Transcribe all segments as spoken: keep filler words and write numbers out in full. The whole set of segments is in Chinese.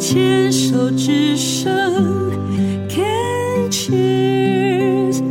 牵手之声 Can Cheers。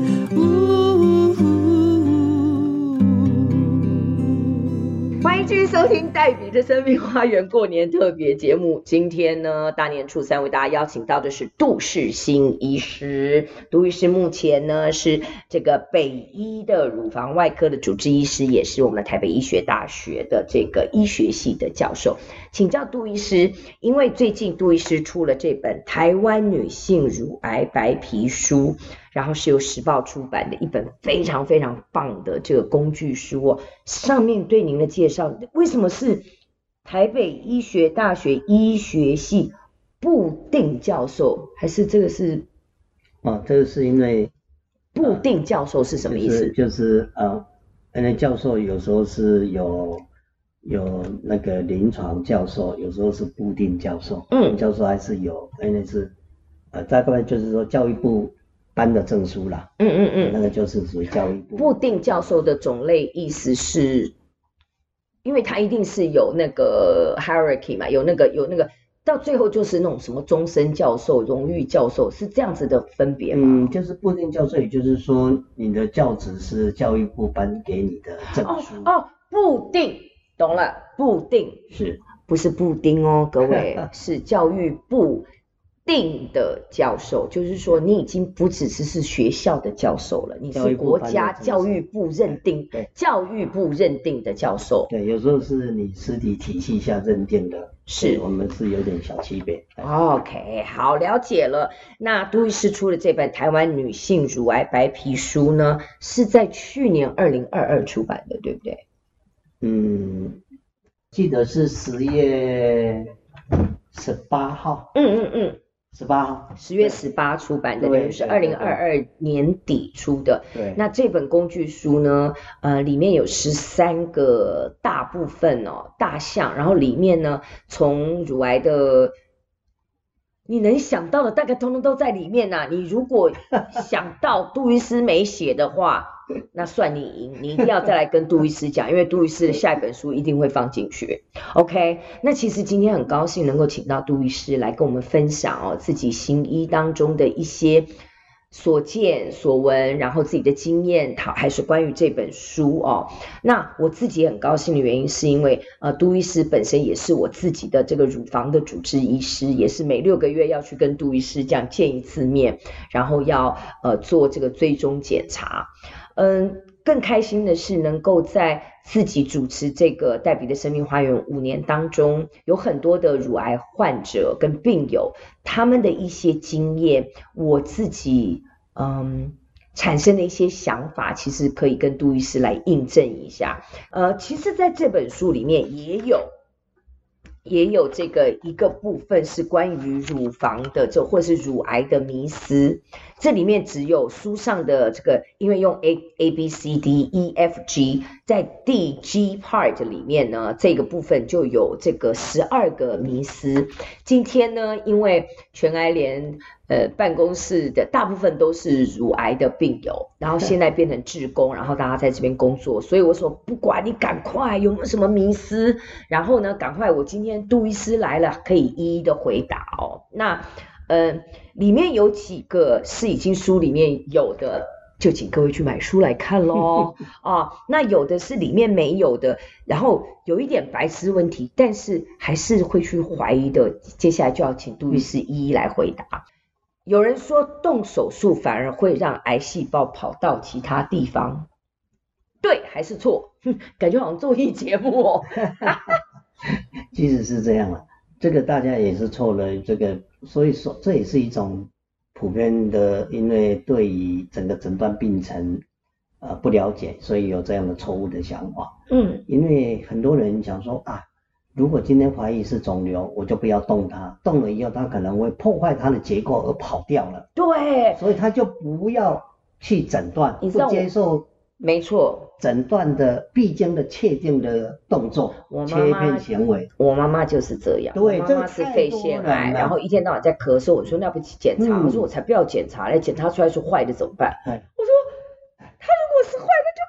欢迎继续收听黛比的生命花园过年特别节目。今天呢，大年初三为大家邀请到的是杜世新医师。杜医师目前呢是这个北医的乳房外科的主治医师，也是我们台北医学大学的这个医学系的教授。请教杜医师，因为最近杜医师出了这本《台湾女性乳癌白皮书》，然后是由时报出版的一本非常非常棒的这个工具书哦。上面对您的介绍，为什么是台北医学大学医学系布定教授？还是这个是？ 哦，这个是因为布定教授是什么意思？ 就是、就是呃，因为教授有时候是有有那个临床教授，有时候是布定教授。嗯，教授还是有，因为是呃，大概就是说教育部颁的证书啦。嗯嗯嗯，那个就是属于教育部。 布定教授的种类意思是，因为他一定是有那个 hierarchy 嘛，有那个有那个。到最后就是那种什么终身教授、荣誉教授，是这样子的分别吗？ 嗯，就是布定教授，也就是说你的教职是教育部颁给你的证书。 哦哦，布定，懂了，布定是不是布丁哦，各位是教育部定的教授，就是说你已经不只是是学校的教授了，你是国家教育部认定， 对， 教育部认定的教授。 对，有时候是你实体体系下认定的。 是我们是有点小区别。 OK， 好，了解了。那杜医师出的这本《台湾女性乳癌白皮书》呢，是在去年二零二二出版的，对不对？ 嗯，记得是十月十八号。嗯嗯嗯。十八号， 十月十八出版的，等于是二零二二年底出的。 对， 那这本工具书呢，呃，里面有十三个大部分哦，大项，然后里面呢，从乳癌的，你能想到的大概通通都在里面呐、啊。你如果想到杜医师没写的话，那算你赢，你一定要再来跟杜医师讲，因为杜医师的下一本书一定会放进去。OK， 那其实今天很高兴能够请到杜医师来跟我们分享哦自己行医当中的一些所见所闻，然后自己的经验，还是关于这本书哦。那我自己很高兴的原因是因为呃，杜医师本身也是我自己的这个乳房的主治医师，也是每六个月要去跟杜医师这样见一次面，然后要呃做这个追踪检查。嗯，更开心的是能够在自己主持这个黛比的生命花园五年当中，有很多的乳癌患者跟病友，他们的一些经验，我自己嗯产生的一些想法，其实可以跟杜医师来印证一下。呃，其实在这本书里面也有。也有这个一个部分是关于乳房的，这或是乳癌的迷思。这里面只有书上的这个，因为用 A A B C D E F G， 在 D G part 里面呢，这个部分就有这个十二个迷思。今天呢，因为全癌联呃办公室的大部分都是乳癌的病友，然后现在变成志工，然后大家在这边工作，所以我说不管你赶快有没有什么迷思，然后呢，赶快我今天杜医师来了，可以一一的回答哦。那呃，里面有几个是已经书里面有的，就请各位去买书来看咯啊。那有的是里面没有的，然后有一点白痴问题，但是还是会去怀疑的，接下来就要请杜医师一一来回答。有人说动手术反而会让癌细胞跑到其他地方，对还是错？感觉好像综艺节目哦。 其实是这样了，这个大家也是错了，这个所以说这也是一种普遍的，因为对于整个诊断病程呃不了解，所以有这样的错误的想法。嗯，因为很多人想说啊，如果今天怀疑是肿瘤，我就不要动它，动了以后它可能会破坏它的结构而跑掉了。 对， 所以他就不要去诊断，不接受。 没错， 诊断的必经的确定的动作， 我妈妈切片行为， 我妈妈就是这样。 对， 我妈妈是肺腺癌，然后一天到晚在咳嗽。我说那不去检查，嗯、我说我才不要检查嘞，检查出来是坏的怎么办？我说他如果是坏的，就本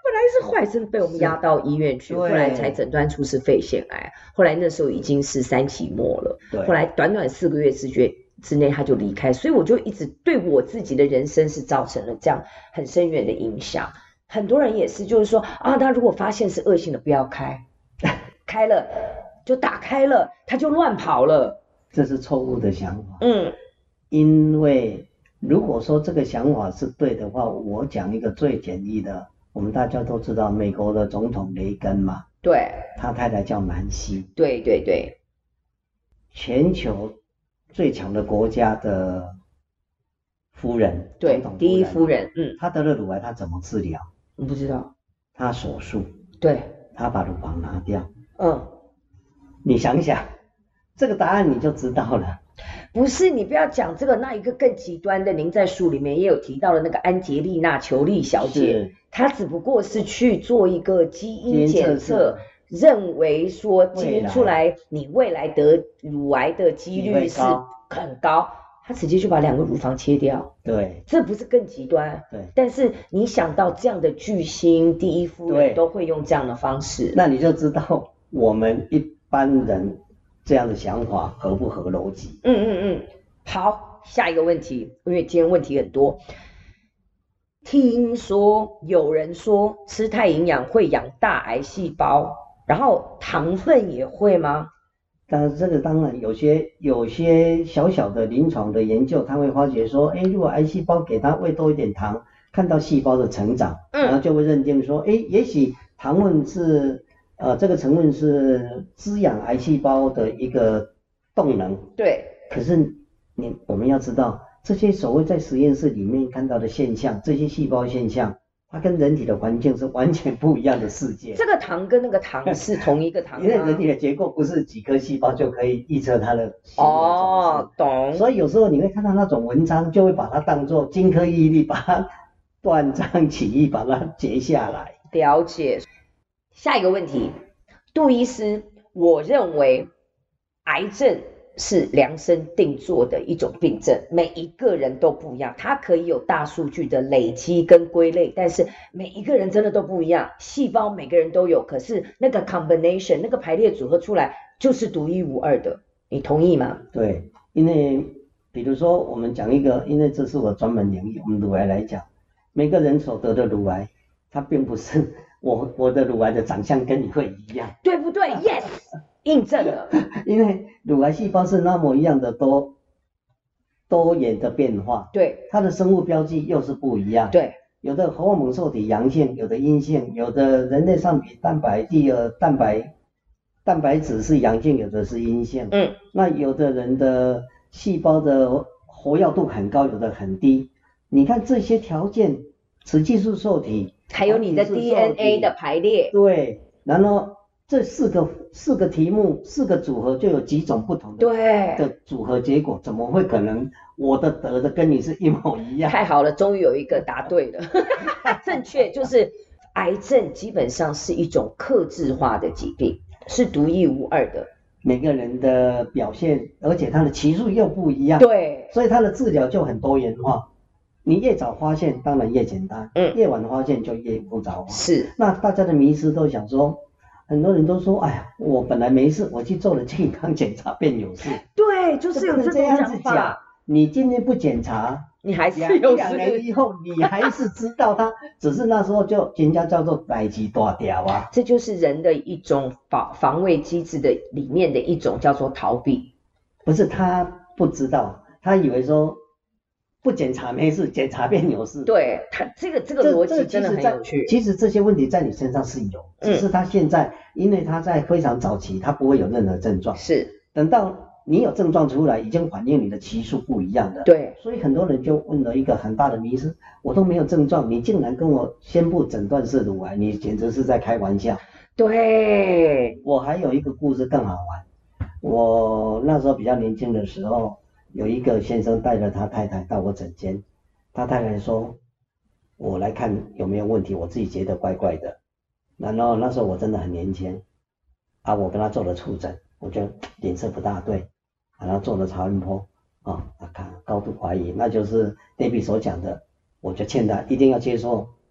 是后来真的被我们押到医院去，后来才诊断出是肺腺癌，后来那时候已经是三期末了，后来短短四个月之间之内他就离开，所以我就一直对我自己的人生是造成了这样很深远的影响。很多人也是，就是说啊，他如果发现是恶性的，不要开，开了就打开了，他就乱跑了， 这是错误的想法。 嗯， 因为如果说这个想法是对的话，我讲一个最简易的，我们大家都知道美国的总统雷根嘛， 对， 他太太叫南希， 对对对， 全球最强的国家的夫人， 对，第一夫人，嗯， 她得了乳癌，她怎么治疗？ 我不知道， 她手术， 对， 她把乳房拿掉， 嗯， 你想想，这个答案你就知道了。 不是，你不要讲这个，那一个更极端的，您在书里面也有提到的那个安杰丽娜·裘丽小姐，她只不过是去做一个基因检测，认为说基因出来你未来得乳癌的几率是很高，她直接就把两个乳房切掉。 对， 这不是更极端？ 对。 但是你想到这样的巨星第一夫人都会用这样的方式， 那你就知道我们一般人这样的想法合不合逻辑？ 嗯嗯嗯。好，下一个问题，因为今天问题很多。听说有人说吃太营养会养大癌细胞，然后糖分也会吗？ 但是这个当然有些有些小小的临床的研究，他会发觉说，哎，如果癌细胞给他喂多一点糖，看到细胞的成长， 嗯、 然后就会认定说，哎，也许糖分是呃这个成分是滋养癌细胞的一个动能。 对。 可是你我们要知道，这些所谓在实验室里面看到的现象，这些细胞现象，它跟人体的环境是完全不一样的世界。 这个糖跟那个糖是同一个糖吗？ 因为人体的结构不是几颗细胞就可以预测它的行为。 哦，懂。 所以有时候你会看到那种文章，就会把它当作金科玉律，把它断章取义，把它截下来。 了解。下一个问题，杜医师，我认为癌症是量身定做的一种病症，每一个人都不一样，它可以有大数据的累积跟归类，但是每一个人真的都不一样，细胞每个人都有，可是那个 combination 那个排列组合出来就是独一无二的，你同意吗？ 对，因为比如说我们讲一个，因为这是我专门领域，我们乳癌来讲，每个人所得的乳癌，它并不是我我的乳癌的长相跟你会一样， 对不对？ Yes， 印证了。 因为乳癌细胞是那么一样的多多元的变化， 对， 它的生物标记又是不一样， 对， 有的荷尔蒙受体阳性，有的阴性，有的人类上皮蛋白第二蛋白蛋白质是阳性，有的是阴性， 嗯， 那有的人的细胞的活跃度很高，有的很低，你看这些条件，雌激素受体， 还有你的 D N A 的排列， 对，然后这四个四个题目四个组合就有几种不同的对的组合结果，怎么会可能我的得的跟你是一模一样？ 太好了，终于有一个答对了，正确，就是癌症基本上是一种客制化的疾病，是独一无二的。 每个人的表现，而且它的期数又不一样， 对， 所以它的治疗就很多元化。你越早发现，当然越简单， 嗯， 越晚发现就越复杂化。 是， 那大家的迷思都想说，很多人都说，哎呀，我本来没事，我去做了健康检查变有事。 对，就是有这种讲法。 你今天不检查， 你还是有事。 两年以后，你还是知道它，只是那时候就人家叫做代志大条啊。 这就是人的一种防防卫机制的里面的一种叫做逃避。 不是他不知道，他以为说不检查没事，检查变有事。 对他这个这个逻辑真的很有趣。 其实这些问题在你身上是有，只是他现在、嗯、因为他在非常早期，他不会有任何症状。 是， 等到你有症状出来，已经反映你的期数不一样的。 对， 所以很多人就问了一个很大的迷思：我都没有症状，你竟然跟我宣布诊断是乳癌，你简直是在开玩笑。 对， 我还有一个故事更好玩。我那时候比较年轻的时候，有一个先生带着他太太到我诊间，他太太说：“我来看有没有问题，我自己觉得怪怪的。”然后那时候我真的很年轻，啊，我跟他做了触诊，我就脸色不大对，然后做了超音波，啊、哦，他看高度怀疑，那就是 Debbie 所讲的，我就劝他一定要接受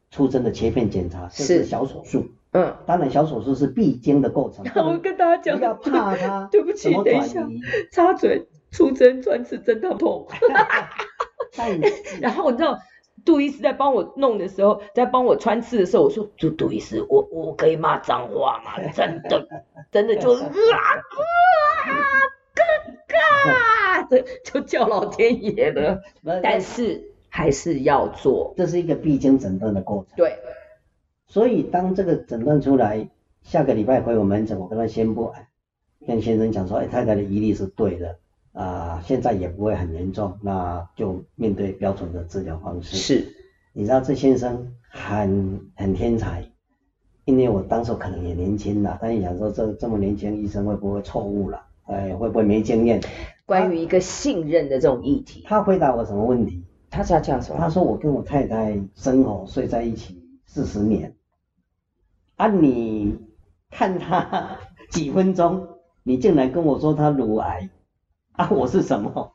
出针的切片检查，这是小手术。 嗯， 当然小手术是必经的过程。 我跟大家讲， 不要怕它。 对不起，等一下，插嘴，出针穿刺真的痛。然后你知道，杜医师在帮我弄的时候，在帮我穿刺的时候，我说：“杜杜医师，我我可以骂脏话吗？真的，真的就是啊啊，哥哥，就叫老天爷了。但是还是要做， 这是一个必经诊断的过程。 对。” 所以当这个诊断出来，下个礼拜回我门诊，我跟他宣布，跟先生讲说，哎，太太的疑虑是对的，啊、呃，现在也不会很严重，那就面对标准的治疗方式。 是， 你知道这先生很很天才，因为我当时可能也年轻了，但是想说这这么年轻，医生会不会错误了？哎，会不会没经验？ 关于一个信任的这种议题， 他回答我什么问题？ 他是要讲什么？ 他说我跟我太太生活睡在一起四十年。啊，你看他几分钟，你竟然跟我说他乳癌，啊，我是什么？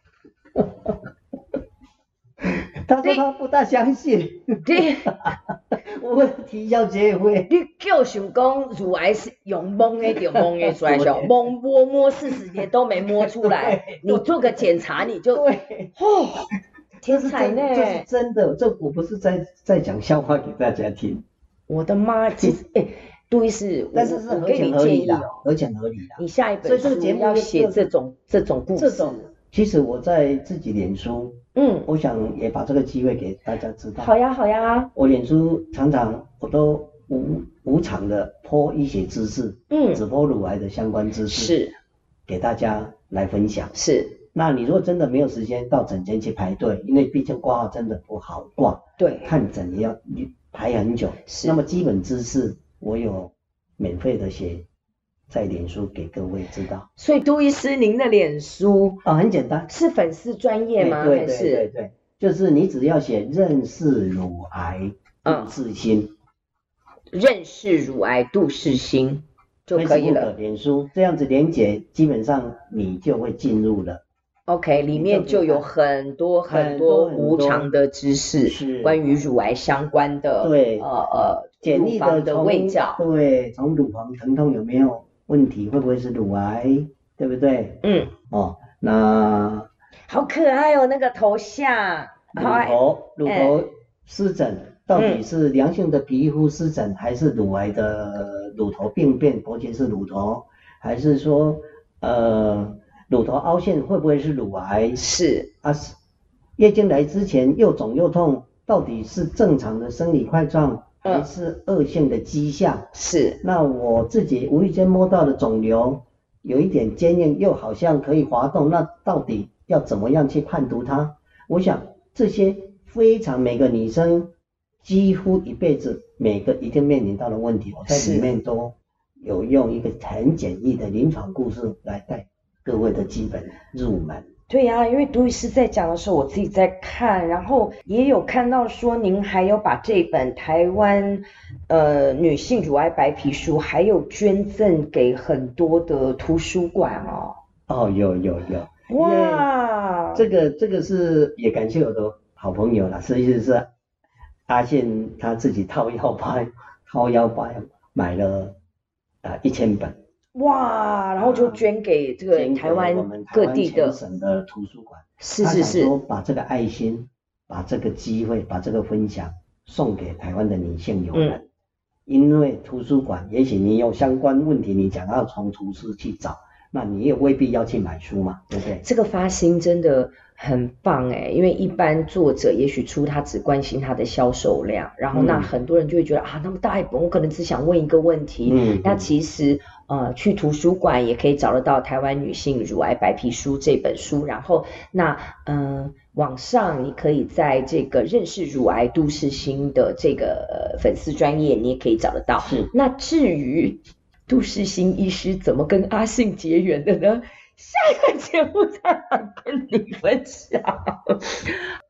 他说他不大相信。 你我啼笑皆非。 你就想讲乳癌是用摸的就摸的出来，摸摸摸四十年都没摸出来，你做个检查你就对， 哦，天才呢！ 这是真的，这我不是在在讲笑话给大家听。 我的妈，其实哎，杜医师， 但是是合情合理的，合情合理的。 你下一本书要写这种这种故事。 这种，其实我在自己脸书，嗯，我想也把这个机会给大家知道。 好呀，好呀。 我脸书常常我都无无偿的播医学知识，嗯，只播乳癌的相关知识，是给大家来分享。 是。那你如果真的没有时间到诊间去排队，因为毕竟挂号真的不好挂， 对， 看诊也要排很久。是。那么基本知识我有免费的写在脸书给各位知道。 所以杜医师您的脸书啊、哦、很简单， 是粉丝专页吗？ 对对对对，就是你只要写认识乳癌杜世新、 嗯，认识乳癌杜世新就可以了。 脸书这样子连结，基本上你就会进入了。 OK， 里面就有很多很多无偿的知识，是关于乳癌相关的， 对， 呃呃， 简易的的卫教， 对，从乳房疼痛有没有问题，会不会是乳癌，对不对？嗯，哦，那好可爱哦，那个头像， 乳头乳头湿疹、欸、到底是良性的皮肤湿疹，还是乳癌的乳头病变，勃起是乳头，还是说呃？乳头凹陷会不会是乳癌？ 是啊，月经来之前又肿又痛，到底是正常的生理块状，还是恶性的迹象？ 嗯、是。 那我自己无意间摸到的肿瘤，有一点坚硬，又好像可以滑动，那到底要怎么样去判读它？我想这些非常每个女生几乎一辈子每个一定面临到的问题，我在里面都有用一个很简易的临床故事来带各位的基本入门。 对呀、啊，因为杜医师在讲的时候，我自己在看，然后也有看到说您还有把这本台湾呃女性乳癌白皮书，还有捐赠给很多的图书馆哦。 哦，有有有。 哇， 这个这个是也感谢我的好朋友啦，实际是阿宪他自己掏腰包掏腰包买了啊一千本。 哇，然后就捐给这个台湾各地的省的图书馆。 是是是， 他想说把这个爱心，把这个机会，把这个分享送给台湾的女性友人。嗯、因为图书馆，也许你有相关问题，你想要从图书去找，那你也未必要去买书嘛，对不对？ 这个发心真的很棒哎，因为一般作者也许出他只关心他的销售量，然后那很多人就会觉得、嗯、啊，那么大一本，我可能只想问一个问题。嗯，那其实。呃，去图书馆也可以找得到《台湾女性乳癌白皮书》这本书，然后那嗯、呃，网上你可以在这个认识乳癌杜世新的这个、呃、粉丝专页，你也可以找得到。是。那至于杜世新医师怎么跟阿信结缘的呢？下一个节目再来跟你分享。